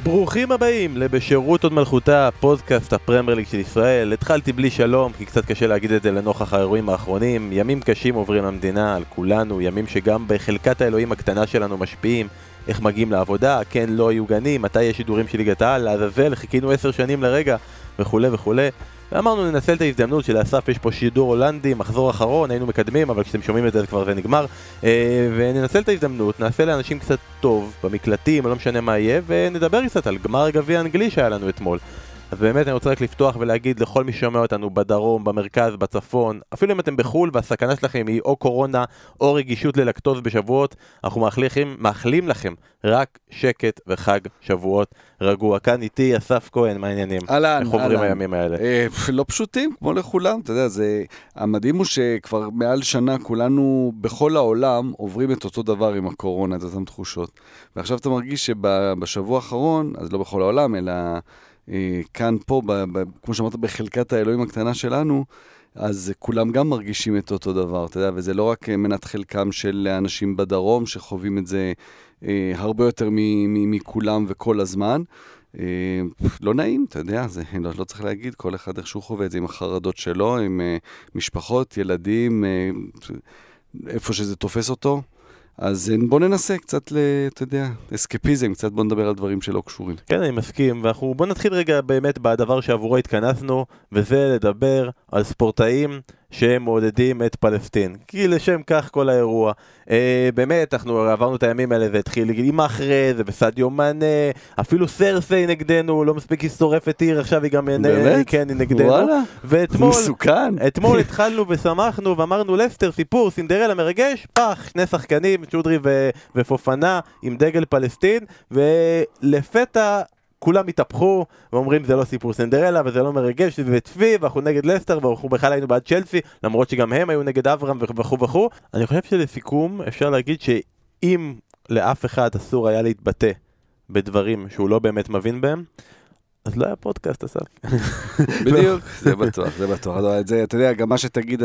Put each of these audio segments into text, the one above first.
ברוכים הבאים לבשירות עוד מלכותה, פודקאסט הפרמייר ליג של ישראל. התחלתי בלי שלום, כי קצת קשה להגיד את זה לנוכח האירועים האחרונים. ימים קשים עוברים למדינה, על כולנו, ימים שגם בחלקת האלוהים הקטנה שלנו משפיעים. איך מגיעים לעבודה, כן, לא יהיו גנים, מתי יש שידורים של ליגת העל, לעזאזל, חיכינו 10 שנים לרגע, וכולי וכולי. ואמרנו ננצל את ההזדמנות שלאסף יש פה שידור הולנדי, מחזור אחרון, היינו מקדמים, אבל כשאתם שומעים את זה כבר זה נגמר. וננצל את ההזדמנות, נעשה לאנשים קצת טוב במקלטים, לא משנה מה יהיה, ונדבר קצת על גמר הגביע האנגלי שהיה לנו אתמול. אז באמת אני רוצה רק לפתוח ולהגיד לכל מי שומע אותנו בדרום, במרכז, בצפון, אפילו אם אתם בחול והסכנה שלכם היא או קורונה או רגישות ללקטוז בשבועות, אנחנו מאחלים לכם רק שקט וחג שבועות רגוע. כאן איתי אסף כהן, מה העניינים? איך עוברים הימים האלה? לא פשוטים, כמו לכולם, אתה יודע, המדהים הוא שכבר מעל שנה כולנו בכל העולם עוברים את אותו דבר עם הקורונה, את אותם תחושות. ועכשיו אתה מרגיש שבשבוע האחרון, אז לא בכל העולם, אלא כאן פה, כמו שאמרת, בחלקת האלוהים הקטנה שלנו, אז כולם גם מרגישים את אותו דבר, אתה יודע, וזה לא רק מנת חלקם של אנשים בדרום שחווים את זה הרבה יותר מכולם וכל הזמן. לא נעים, אתה יודע, זה לא צריך להגיד, כל אחד איך שהוא חווה את זה עם החרדות שלו, עם משפחות, ילדים, איפה שזה תופס אותו. אז בוא ננסה קצת, אתה יודע, אסקפיזם, קצת בוא נדבר על דברים שלא קשורים. כן, אני מסכים, בוא נתחיל רגע באמת בדבר שעבורו התכנסנו, וזה לדבר על ספורטאים שמעודדים את פלסטין. כי לשם כך כל האירוע. באמת, אנחנו עברנו את הימים האלה, זה התחיל עם אחרי, זה בסדיו מאנה, אפילו סרסי נגדנו, לא מספיק היא שורפת עיר, עכשיו היא גם כן, היא נגדנו. וואלה, מסוכן. אתמול התחלנו ושמחנו ואמרנו לסטר, סיפור, סינדרלה מרגש, פח, שני שחקנים, צ'ודרי ופופנה עם דגל פלסטין, ולפתע כולם התהפכו ואומרים זה לא סיפור סינדרלה וזה לא מרגש וזה צבי ואנחנו נגד לסטר ואנחנו בכלל היינו בעד צ'לסי למרות שגם הם היו נגד אברהם וכו'. אני חושב שלסיכום אפשר להגיד שאם לאף אחד אסור היה להתבטא בדברים שהוא לא באמת מבין בהם, אז לא היה פודקאסט, אסף. בדיוק, זה בטוח, זה בטוח. אתה יודע, גם מה שתגיד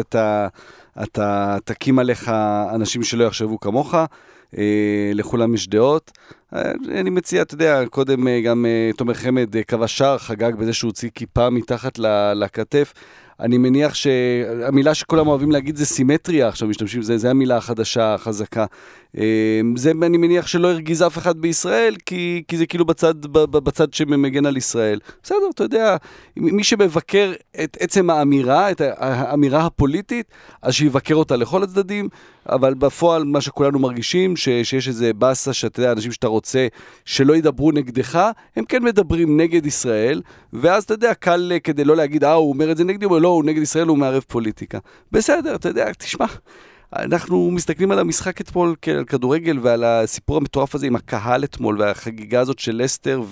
אתה תקים עליך אנשים שלא יחשבו כמוך, לכולם יש דעות. אני מציע, אתה יודע, קודם גם תומר חמד קבע שער, חגג בזה שהוא הוציא כיפה מתחת לכתף. אני מניח שהמילה שכולם אוהבים להגיד זה סימטריה, עכשיו משתמשים, זה המילה החדשה, החזקה. זה אני מניח שלא הרגיז אף אחד בישראל, כי זה כאילו בצד שמגן על ישראל. בסדר, אתה יודע, מי שמבקר את עצם האמירה, את האמירה הפוליטית, אז שיבקר אותה לכל הצדדים, אבל בפועל מה שכולנו מרגישים, שיש איזה בסה שאתה יודע, אנשים שאתה רוצה שלא ידברו נגדך, הם כן מדברים נגד ישראל, ואז אתה יודע, קל כדי לא להגיד, הוא אומר את זה נגדי, אבל לא, הוא נגד ישראל, הוא מערב פוליטיקה. בסדר, אתה יודע, תשמע, אנחנו מסתכלים על המשחק אתמול, על כדורגל, ועל הסיפור המטורף הזה עם הקהל אתמול, והחגיגה הזאת של לסטר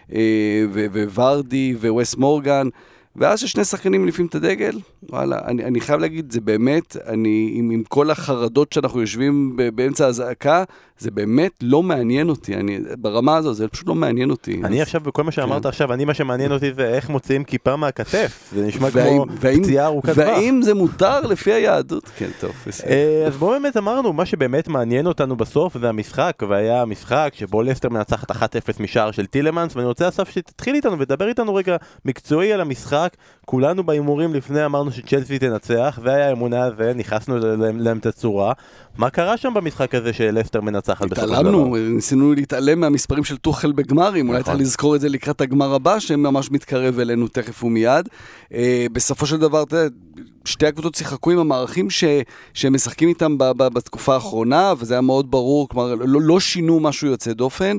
וורדי ווס מורגן, ואז ששני שחקנים מניפים את הדגל, וואלה, אני חייב להגיד, זה באמת, עם כל החרדות שאנחנו יושבים באמצע הזעקה, זה באמת לא מעניין אותי, ברמה הזו, זה פשוט לא מעניין אותי. אני עכשיו, בכל מה שאמרת עכשיו, מה שמעניין אותי זה איך מוציאים כיפה מהכתף, זה נשמע כמו פציעה ארוכת טווח. והאם זה מותר לפי היהדות? כן, טוב. אז בואו באמת אמרנו, מה שבאמת מעניין אותנו בסוף זה המשחק, והיה המשחק שבו לסטר מנצחת 1-0 משער של טילמנס, ואני רוצה אסף שתתחיל איתנו ודבר איתנו רגע מקצועי על המשחק. כולנו בהימורים לפני אמרנו שצ'לסי תנצח, והיה אמונה ונכנסנו להם את הצורה. מה קרה שם במשחק הזה שלסטר מנצחת? התעלמנו, ניסינו להתעלם מהמספרים של טוחל בגמרים, אולי צריך לזכור את זה לקראת הגמר הבא, שממש מתקרב אלינו תכף ומיד. בסופו של דבר, שתי הקבוצות שיחקו עם המערכים שהם משחקים איתם בתקופה האחרונה, וזה היה מאוד ברור, כלומר, לא שינו משהו יוצא דופן,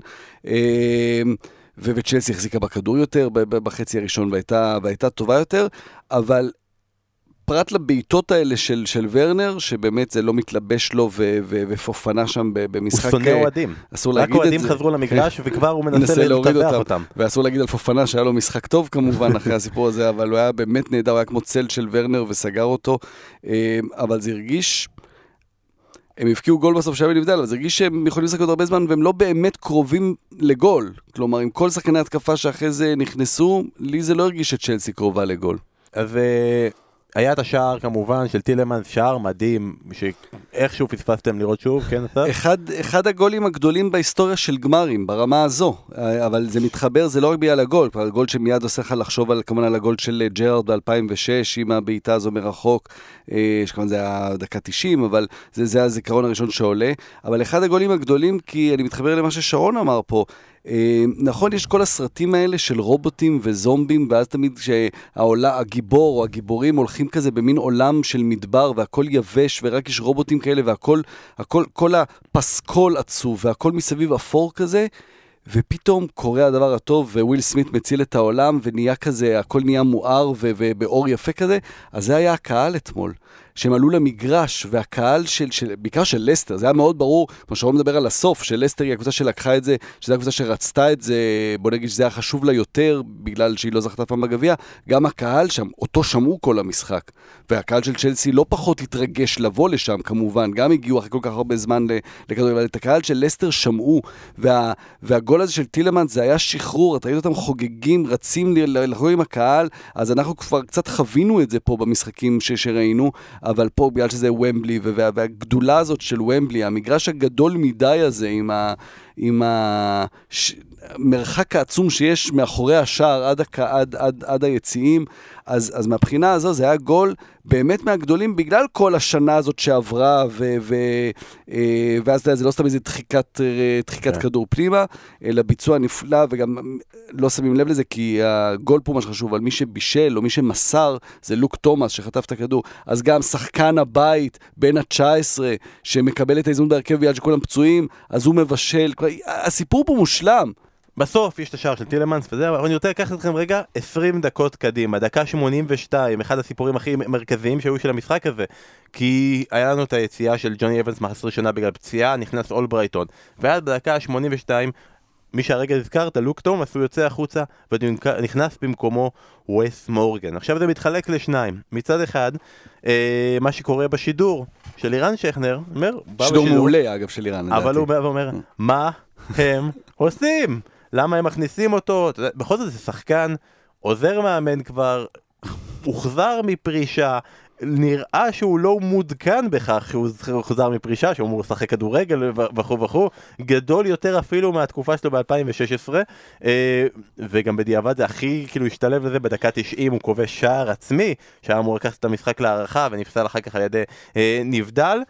וצ'לסי החזיקה בכדור יותר בחצי הראשון, והייתה טובה יותר, אבל פרט לבעיטות האלה של ורנר, שבאמת זה לא מתלבש לו ופופנה שם במשחק. הוא שונא אוהדים. רק אוהדים חזרו למגרש וכבר הוא מנסה לטווח אותם. ואסור להגיד על פופנה שהיה לו משחק טוב כמובן אחרי הסיפור הזה, אבל הוא היה באמת נהדר, הוא היה כמו צל של ורנר וסגר אותו, אבל זה הרגיש, הם הפקיעו גול בסוף שהיה בנבדל, אבל זה הרגיש שהם יכולים לשחק עוד הרבה זמן, והם לא באמת קרובים לגול. כלומר, עם כל שחקני התקפה שאחרי זה נכנסו, לי זה לא הרגיש שצ'לסי קרובה לגול. אז היה את השער כמובן של טילמנס, שער מדהים, שאיכשהו פספסתם לראות שוב, כן? אחד הגולים הגדולים בהיסטוריה של גמרים, ברמה הזו, אבל זה מתחבר, זה לא רק בגלל הגול, הגול שמיד עושה לך לחשוב כמובן על הגול של ג'רארד ב-2006, עם הבעיטה הזו מרחוק, שכמובן זה היה דקה 90, אבל זה הזיכרון הראשון שעולה, אבל אחד הגולים הגדולים, כי אני מתחבר למה ששרון אמר פה, נכון, יש כל הסרטים האלה של רובוטים וזומבים, ואז תמיד שהגיבור או הגיבורים הולכים כזה במין עולם של מדבר, והכל יבש, ורק יש רובוטים כאלה, והכל, כל הפסקול עצוב, והכל מסביב אפור כזה, ופתאום קורה הדבר הטוב, וויל סמית מציל את העולם, ונהיה כזה, הכל נהיה מואר ובאור יפה כזה, אז זה היה הקהל אתמול. שהם עלו למגרש, והקהל בעיקר של לסטר, זה היה מאוד ברור, כמו שרון מדבר על הסוף, של לסטר היא הקבוצה שלקחה את זה, שזו הקבוצה שרצתה את זה, בוא נגיד שזה היה חשוב לה יותר, בגלל שהיא לא זכתה פעם בגביע, גם הקהל שם, אותו שמעו כל המשחק, והקהל של צ'לסי לא פחות התרגש לבוא לשם, כמובן, גם הגיעו אחרי כל כך הרבה זמן לכדורגל, אבל את הקהל של לסטר שמעו, והגול הזה של טילמנס, זה היה שחרור, אתה ראית אותם חוגגים, רצים לחגוג עם הקהל, אז אנחנו כבר קצת חווינו את זה פה במשחקים שראינו, אבל פה בגלל שזה ומבלי, והגדולה הזאת של ומבלי, המגרש הגדול מדי הזה, עם המרחק העצום שיש מאחורי השער עד היציאים, אז מהבחינה הזו זה היה גול באמת מהגדולים, בגלל כל השנה הזאת שעברה, ואז זה לא סתם איזה דחיקת כדור פנימה, אלא ביצוע נפלא, וגם לא שמים לב לזה, כי הגול פה מה שחשוב, על מי שבישל או מי שמסר, זה לוק תומאס שחטף את הכדור, אז גם שחקן הבית בין ה-19, שמקבל את ההזדמנות בהרכב בגלל שכולם פצועים, אז הוא מבשל, הסיפור פה מושלם. בסוף יש את השער של טילמנס וזה, אבל אני רוצה לקחת אתכם רגע 20 דקות קדימה, דקה 82, אחד הסיפורים הכי מרכזיים שהיו של המשחק הזה, כי היה לנו את היציאה של ג'וני אבנס מה-10 שנה בגלל פציעה, נכנס אולברייטון, ועד בדקה 82, מי שהרגע הזכרת, לוק תומאס, הוא יוצא החוצה, ונכנס במקומו ווס מורגן. עכשיו זה מתחלק לשניים. מצד אחד, מה שקורה בשידור של לירן שכנר, אומר, שידור מעולה אגב של לירן, אבל הוא אומר, מה הם עושים? למה הם מכניסים אותו? בכל זאת זה שחקן, עוזר מאמן כבר, הוחזר מפרישה, נראה שהוא לא מודכן בכך שהוא חוזר מפרישה, שהוא אמור לשחק כדורגל וכו', גדול יותר אפילו מהתקופה שלו ב-2016, וגם בדיעבד זה הכי כאילו השתלב לזה, בדקה 90 הוא כובש שער עצמי, שהיה אמור לקחת את המשחק להערכה ונפסל אחר כך על ידי נבדל,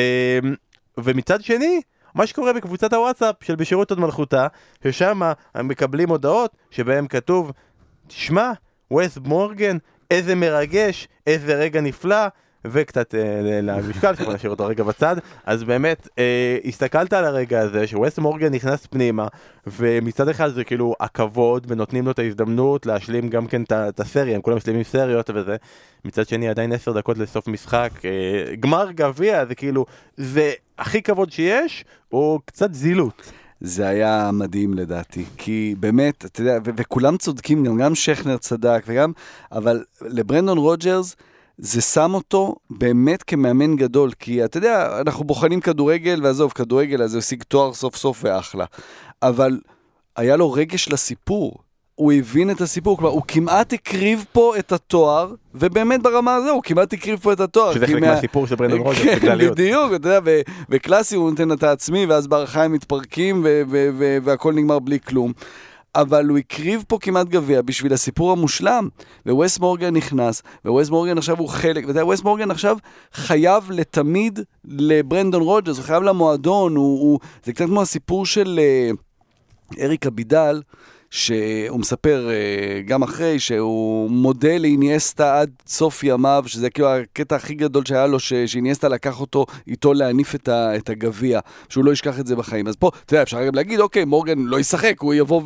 ומצד שני, מה שקורה בקבוצת הוואטסאפ של בשירות עוד מלכותה, ששם הם מקבלים הודעות שבהם כתוב, תשמע, ווס מורגן, איזה מרגש, איזה רגע נפלא, וקצת למשקל, שאנחנו נשאיר אותו רגע בצד, אז באמת, הסתכלת על הרגע הזה, שווס מורגן נכנס פנימה, ומצד אחד זה כאילו הכבוד, ונותנים לו את ההזדמנות להשלים גם כן את הסריה, הם כולם משלימים סריות וזה, מצד שני עדיין 10 דקות לסוף משחק, גמר גביע, זה כאילו, זה הכי כבוד שיש, או קצת זילות. זה היה מדהים לדעתי, כי באמת, אתה יודע, וכולם צודקים, גם שכנר צדק, אבל לברנדון רוג'רס, זה שם אותו באמת כמאמן גדול, כי אתה יודע, אנחנו בוחנים כדורגל, ועזוב, כדורגל, אז הוא השיג תואר סוף סוף ואחלה, אבל היה לו רגש לסיפור, הוא הבין את הסיפור, כלומר, הוא כמעט הקריב פה את התואר, ובאמת ברמה הזו, הוא כמעט הקריב פה את התואר. שזה חלק מהסיפור של ברנדון רוג'רס, בגלליות. בדיוק, אתה יודע, וקלאסי הוא נותן את העצמי, ואז בערכיים מתפרקים, והכל נגמר בלי כלום. אבל הוא הקריב פה כמעט גביע בשביל הסיפור המושלם, ווס מורגן נכנס, ווס מורגן עכשיו הוא חלק, ווס מורגן עכשיו חייב לתמיד לברנדון רוג'רס, הוא חייב למועדון, זה קצת כמו הסיפור של אריק אבידל, שהוא מספר גם אחרי שהוא מודה לאיניאסטה עד סוף ימיו, שזה כאילו הקטע הכי גדול שהיה לו, שאיניאסטה לקח אותו איתו להניף את הגביע, שהוא לא ישכח את זה בחיים. אז פה, אתה יודע, אפשר גם להגיד, אוקיי, מורגן לא ישחק, הוא יבוא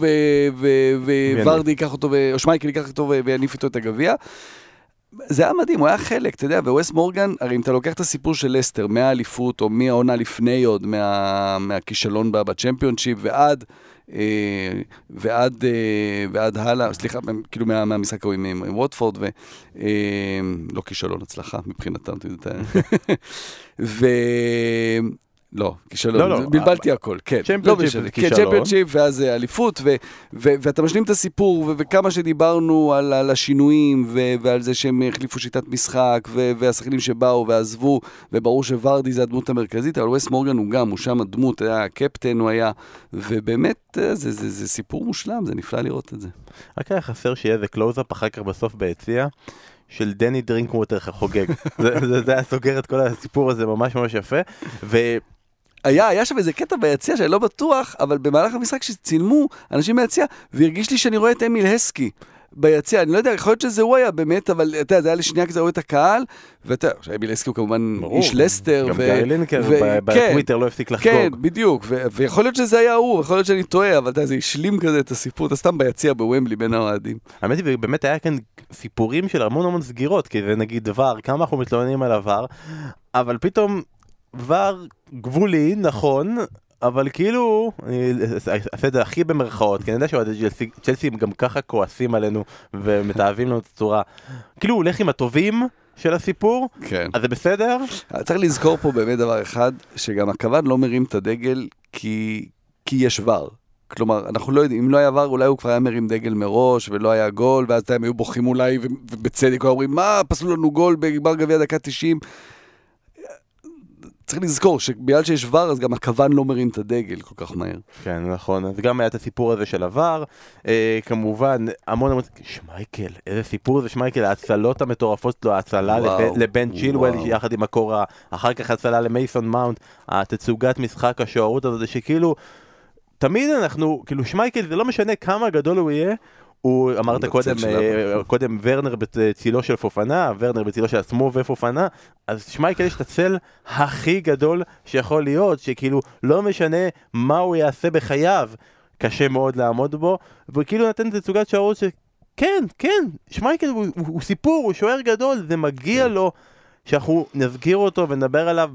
וורדי ייקח אותו, או שמייקל ייקח אותו ויניף איתו את הגביע. זה היה מדהים, הוא היה חלק, אתה יודע, ווס מורגן, הרי אם אתה לוקח את הסיפור של לסטר, מהאליפות, או מהעונה לפני עוד, מהכישלון בצ'מפיונשיפ, ועד הלאה, סליחה, כאילו מהמשחק ההוא עם ווטפורד, ולא כישלון, הצלחה מבחינתם, לא, כישלון, בלבלתי הכל, כן. צ'מפיונשיפ ואז אליפות, ואתה משלים את הסיפור, וכמה שדיברנו על השינויים, ועל זה שהם החליפו שיטת משחק, והשחקנים שבאו ועזבו, וברור שוורדי זה הדמות המרכזית, אבל ווס מורגן הוא גם, הוא שם הדמות, היה הקפטן, הוא היה, ובאמת זה סיפור מושלם, זה נפלא לראות את זה. רק היה חסר שיהיה איזה קלוז-אפ אחר כך בסוף ביציע, של דני דרינקווטר חוגג. זה היה סוגר את כל הסיפור הזה ממש ממש יפה, היה שם איזה קטע ביציע שאני לא בטוח, אבל במהלך המשחק שצילמו אנשים ביציע, והרגיש לי שאני רואה את אמיל הסקי ביציע, אני לא יודע, יכול להיות שזה הוא היה באמת, אבל אתה יודע, זה היה לשנייה כזה רואה את הקהל, ואתה יודע, אמיל הסקי הוא כמובן איש לסטר, גם גיא לינקר בטוויטר לא הפסיק לחגוג. כן, בדיוק, ויכול להיות שזה היה הוא, יכול להיות שאני טועה, אבל אתה יודע, זה השלים כזה את הסיפור, אתה סתם ביציע בוומבלי בין האוהדים. האמת היא, באמת היה כאן סיפורים של המון סגירות, כי זה נגיד דבר, כמה אנחנו מתלוננים על עבר, אבל פתאום דבר גבולי, נכון, אבל כאילו, אני אעשה את זה הכי במרכאות, כי אני יודע שצ'לסי הם גם ככה כועסים עלינו ומתאהבים לנו את הצורה. כאילו הוא הולך עם הטובים של הסיפור, כן. אז זה בסדר? צריך לזכור פה באמת דבר אחד, שגם הכוון לא מרים את הדגל כי יש ור. כלומר, אנחנו לא יודעים, אם לא היה ור, אולי הוא כבר היה מרים דגל מראש ולא היה גול, ואז הם היו בוכים אולי, ובצדק אומרים, מה, פסלו לנו גול בגמר גביע דקה 90. צריך לזכור שבגלל שיש ור, אז גם הכוון לא מרים את הדגל כל כך מהר. כן, נכון. אז גם היה את הסיפור הזה של הוור. כמובן, המון... שמייקל, איזה סיפור זה שמייקל, ההצלות המטורפות לו, ההצלה לבן צ'ילואל, יחד עם הקורה, אחר כך הצלה למייסון מאונט, התצוגת משחק, השוערות הזה, שכאילו, תמיד אנחנו, כאילו שמייקל, זה לא משנה כמה גדול הוא יהיה, הוא אמרת קודם ורנר בצילו של פופנה, ורנר בצילו של עצמו ופופנה, אז שמייקל יש את הצל הכי גדול שיכול להיות, שכאילו לא משנה מה הוא יעשה בחייו, קשה מאוד לעמוד בו, וכאילו נתן תצוגת שוערות שכן, שמייקל הוא סיפור, הוא שוער גדול, זה מגיע לו שאנחנו נזכיר אותו ונדבר עליו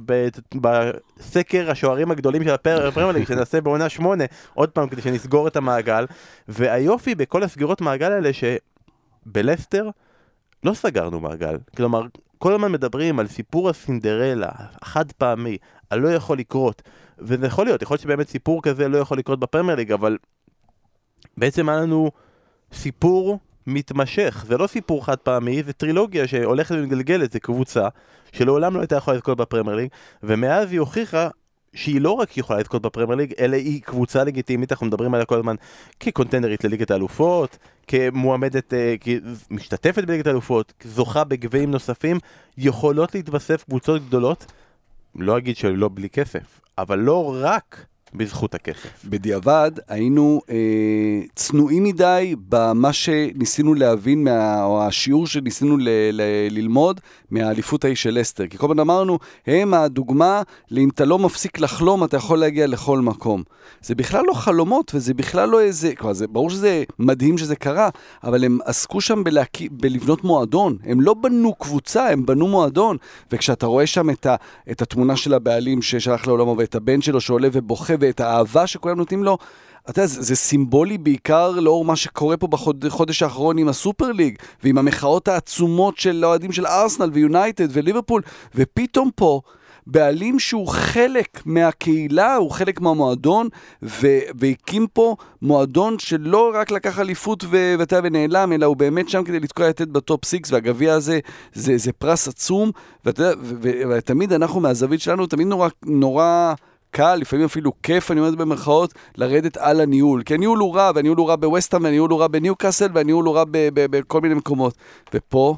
בסקר השוערים הגדולים של הפרמייר ליג שנעשה בעונה 8, עוד פעם כדי שנסגור את המעגל. והיופי בכל הסגירות מעגל האלה שבלסטר לא סגרנו מעגל. כלומר, כל הזמן מדברים על סיפור הסינדרלה, החד פעמי, הלא יכול לקרות. וזה יכול להיות שבאמת סיפור כזה לא יכול לקרות בפרמייר ליג, אבל בעצם היה לנו סיפור מתמשך, זה לא סיפור חד פעמי, זה טרילוגיה שהולכת ומגלגלת, זה קבוצה שלעולם לא הייתה יכולה לזכות בפרמייר ליג, ומאז היא הוכיחה שהיא לא רק יכולה לזכות בפרמייר ליג, אלא היא קבוצה לגיטימית, אנחנו מדברים עליה כל הזמן כקונטנדרית לליגת האלופות, כמועמדת, כמשתתפת בליגת האלופות, כזוכה בגביעים נוספים, יכולות להתווסף קבוצות גדולות, לא אגיד שלא בלי כסף, אבל לא רק בזכות הכסף. בדיעבד היינו צנועים מדי במה שניסינו להבין, או השיעור שניסינו ללמוד מהאליפות ההיא של לסטר. כי כל פעם אמרנו, הם הדוגמה, אם אתה לא מפסיק לחלום, אתה יכול להגיע לכל מקום. זה בכלל לא חלומות, וזה בכלל לא איזה, כבר זה ברור שזה מדהים שזה קרה, אבל הם עסקו שם בלבנות מועדון. הם לא בנו קבוצה, הם בנו מועדון. וכשאתה רואה שם את התמונה של הבעלים ששלח לעולמו, ואת הבן שלו שעולה ובוכה, ואת האהבה שכולם נותנים לו, אתה יודע, זה סימבולי בעיקר לאור מה שקורה פה בחודש האחרון עם הסופר ליג, ועם המחאות העצומות של אוהדים של ארסנל ויונייטד וליברפול, ופתאום פה, בעלים שהוא חלק מהקהילה, הוא חלק מהמועדון, והקים פה מועדון שלא רק לקח אליפות ונעלם, אלא הוא באמת שם כדי לתקוע יתד בטופ 6, והגביע הזה זה פרס עצום, ותמיד אנחנו מהזווית שלנו, תמיד נורא קל, לפעמים אפילו כיף, אני אומר במרכאות, לרדת על הניהול. כי הניהול הוא רע, והניהול הוא רע בווסטהאם, והניהול הוא רע בניוקאסל, והניהול הוא רע בכל מיני מקומות. ופה,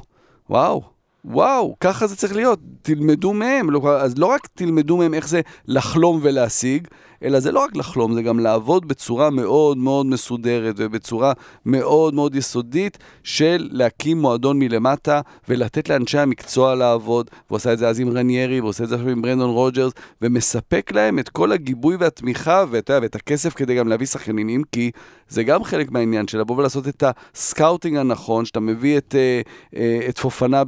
וואו, ככה זה צריך להיות. תלמדו מהם. אז לא רק תלמדו מהם איך זה לחלום ולהשיג, אלא זה לא רק לחלום, זה גם לעבוד בצורה מאוד מאוד מסודרת, ובצורה מאוד מאוד יסודית, של להקים מועדון מלמטה, ולתת לאנשי המקצוע לעבוד, והוא עושה את זה אז עם רניירי, והוא עושה את זה עכשיו עם ברנדון רוג'רס, ומספק להם את כל הגיבוי והתמיכה, ואת הכסף כדי גם להביא שחקנים, כי זה גם חלק מהעניין של לבוא ולעשות את הסקאוטינג הנכון, שאתה מביא את פופנה בכלום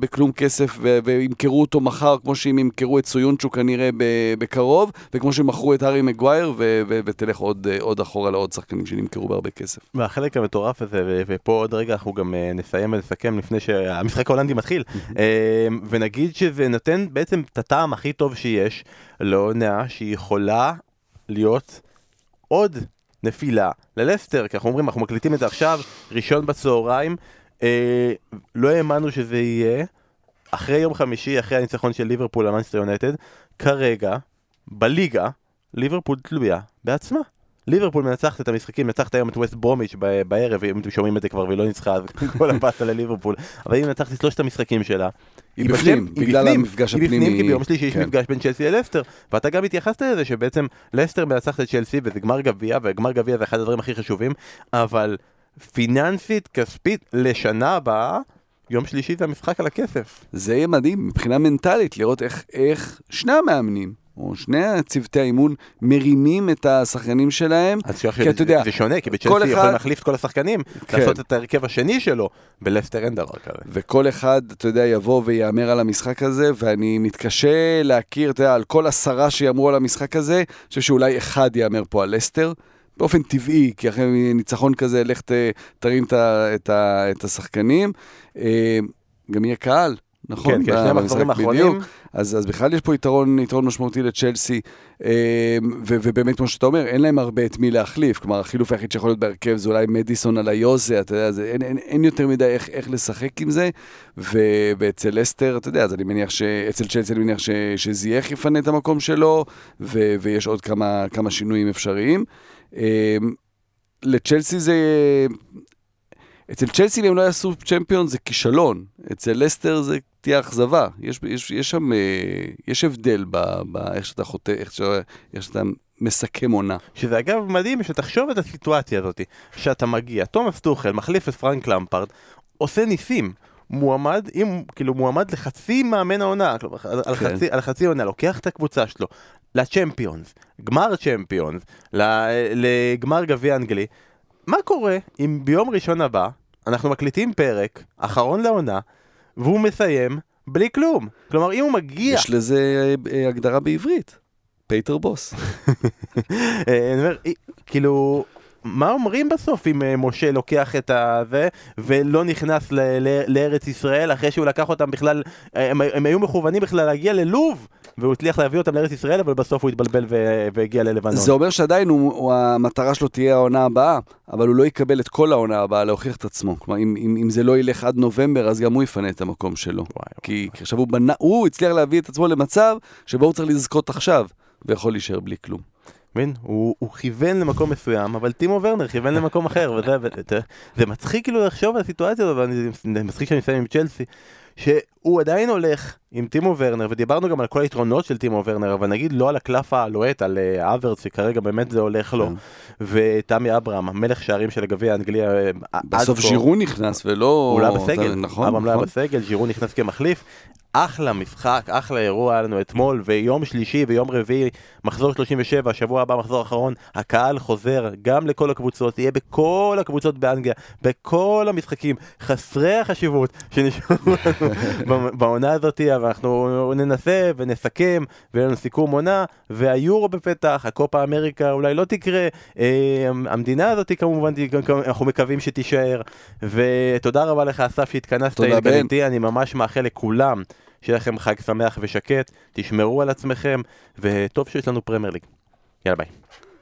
כסף וימכרו אותו מחר, כמו שהם ימכרו את סויונצ'ו כנראה בקרוב, וכמו שמכרו את הארי מגווייר, ותלך עוד אחורה לעוד שחקנים שנמכרו בהרבה כסף. והחלק המטורף הזה, ופה עוד רגע אנחנו גם נסיים ולסכם לפני שהמשחק ההולנדי מתחיל, ונגיד שזה נותן בעצם את הטעם הכי טוב שיש לעונה שהיא יכולה להיות עוד נפילה ללסטר, כי אנחנו אומרים, אנחנו מקליטים את זה עכשיו, ראשון בצהריים, לא האמנו שזה יהיה, אחרי יום חמישי, אחרי הניצחון של ליברפול על מנצ'סטר יונייטד, כרגע, בליגה, ליברפול תלויה בעצמה. ליברפול מנצחת את המשחקים, מנצחת היום את ווסט ברומיץ' בערב, אם אתם שומעים את זה כבר ולא ניצחה, אז כל הפסה לליברפול, אבל היא מנצחת את שלושת המשחקים שלה. היא בפנים, בגלל המפגש הפנימי. היא בפנים, כי ביום שלישי יש מפגש בין צ'לסי ללסטר, ואתה גם התייחסת לזה שבעצם לסטר מנצחת את צ'לסי, וזה גמר גביע, וגמר גביע זה אחד הדברים הכי חשובים, אבל פיננסית, כספית, לשנה הבאה, יום שלישי זה המשחק על הכסף. זה יהיה מדהים, מבחינה מנטלית, לראות איך שני המאמנים, או שני צוותי האימון מרימים את השחקנים שלהם. כי אתה יודע, זה שונה, כי בצ'לסי יכולים להחליף את כל השחקנים, לעשות את ההרכב השני שלו, בלסטר אין דבר כזה. וכל אחד, אתה יודע, יבוא ויאמר על המשחק הזה, ואני מתקשה להכיר, אתה יודע, על כל 10 שיאמרו על המשחק הזה, אני חושב שאולי אחד יאמר פה על לסטר, באופן טבעי, כי אחרי ניצחון כזה, לך תרים את השחקנים, גם יהיה קהל. נכון, כן, שני המחזורים האחרונים. אז בכלל יש פה יתרון משמעותי לצ'לסי, ובאמת כמו שאתה אומר, אין להם הרבה את מי להחליף, כלומר החילוף היחיד שיכול להיות בהרכב זה אולי מדיסון על היוזה, אתה יודע, אין יותר מדי איך לשחק עם זה, ואצל לסטר, אתה יודע, אז אני מניח שאצל צ'לסי אני מניח שזייך יפנה את המקום שלו, ויש עוד כמה שינויים אפשריים. לצ'לסי זה... אצל צ'לסי אם הם לא יעשו צ'מפיון זה כישלון, אצל לסטר זה תהיה אכזבה, יש שם, יש הבדל באיך שאתה חוטא, איך שאתה מסכם עונה. שזה אגב מדהים שתחשוב את הסיטואציה הזאת, שאתה מגיע, תומאס טוחל מחליף את פרנק למפרד, עושה ניסים, מועמד לחצי מאמן העונה, על חצי עונה, לוקח את הקבוצה שלו, לצ'מפיונס, גמר צ'מפיונס, לגמר גביע אנגלי, מה קורה אם ביום ראשון הבא אנחנו מקליטים פרק אחרון לעונה והוא מסיים בלי כלום? כלומר, אם הוא מגיע... יש לזה הגדרה בעברית. פייטר בוס. אני אומר, כאילו, מה אומרים בסוף אם משה לוקח את זה ולא נכנס לארץ ישראל אחרי שהוא לקח אותם בכלל, הם היו מכוונים בכלל להגיע ללוב והוא הצליח להביא אותם לארץ ישראל, אבל בסוף הוא התבלבל והגיע ללבנון. זה אומר שעדיין המטרה שלו תהיה העונה הבאה, אבל הוא לא יקבל את כל העונה הבאה להוכיח את עצמו. כלומר, אם זה לא ילך עד נובמבר, אז גם הוא יפנה את המקום שלו. כי עכשיו הוא הצליח להביא את עצמו למצב שבו הוא צריך לזכות עכשיו, ויכול להישאר בלי כלום. הוא כיוון למקום מסוים, אבל טימו ורנר כיוון למקום אחר, זה מצחיק כאילו לחשוב על הסיטואציה הזאת, וזה מצחיק שאני מסיים עם צ'לסי, שהוא עדיין הולך עם טימו ורנר, ודיברנו גם על כל היתרונות של טימו ורנר, אבל נגיד לא על הקלף הלוהט, על אברץ, שכרגע באמת זה הולך לו, ותמי אברהם, המלך שערים של הגביע האנגלי, בסוף ז'ירו נכנס ולא... הוא לא בסגל, נכון. לא היה בסגל, ז'ירו נכנס כמחליף, אחלה משחק, אחלה אירוע לנו אתמול, ויום שלישי ויום רביעי, מחזור 37, שבוע הבא מחזור אחרון, הקהל חוזר גם לכל הקבוצות, יהיה בכל הקבוצות באנגליה, בכל המשחקים, חסרי החשיבות שנשארו לנו בעונה הזאת, אבל אנחנו ננסה ונסכם, ויהיה לנו סיכום עונה, והיורו בפתח, הקופה אמריקה אולי לא תקרה, המדינה הזאת כמובן, אנחנו מקווים שתישאר, ותודה רבה לך אסף שהתכנסת איתי, אני ממש מאחל לכולם, שיהיה לכם חג שמח ושקט, תשמרו על עצמכם, וטוב שיש לנו פרמייר ליג. יאללה ביי.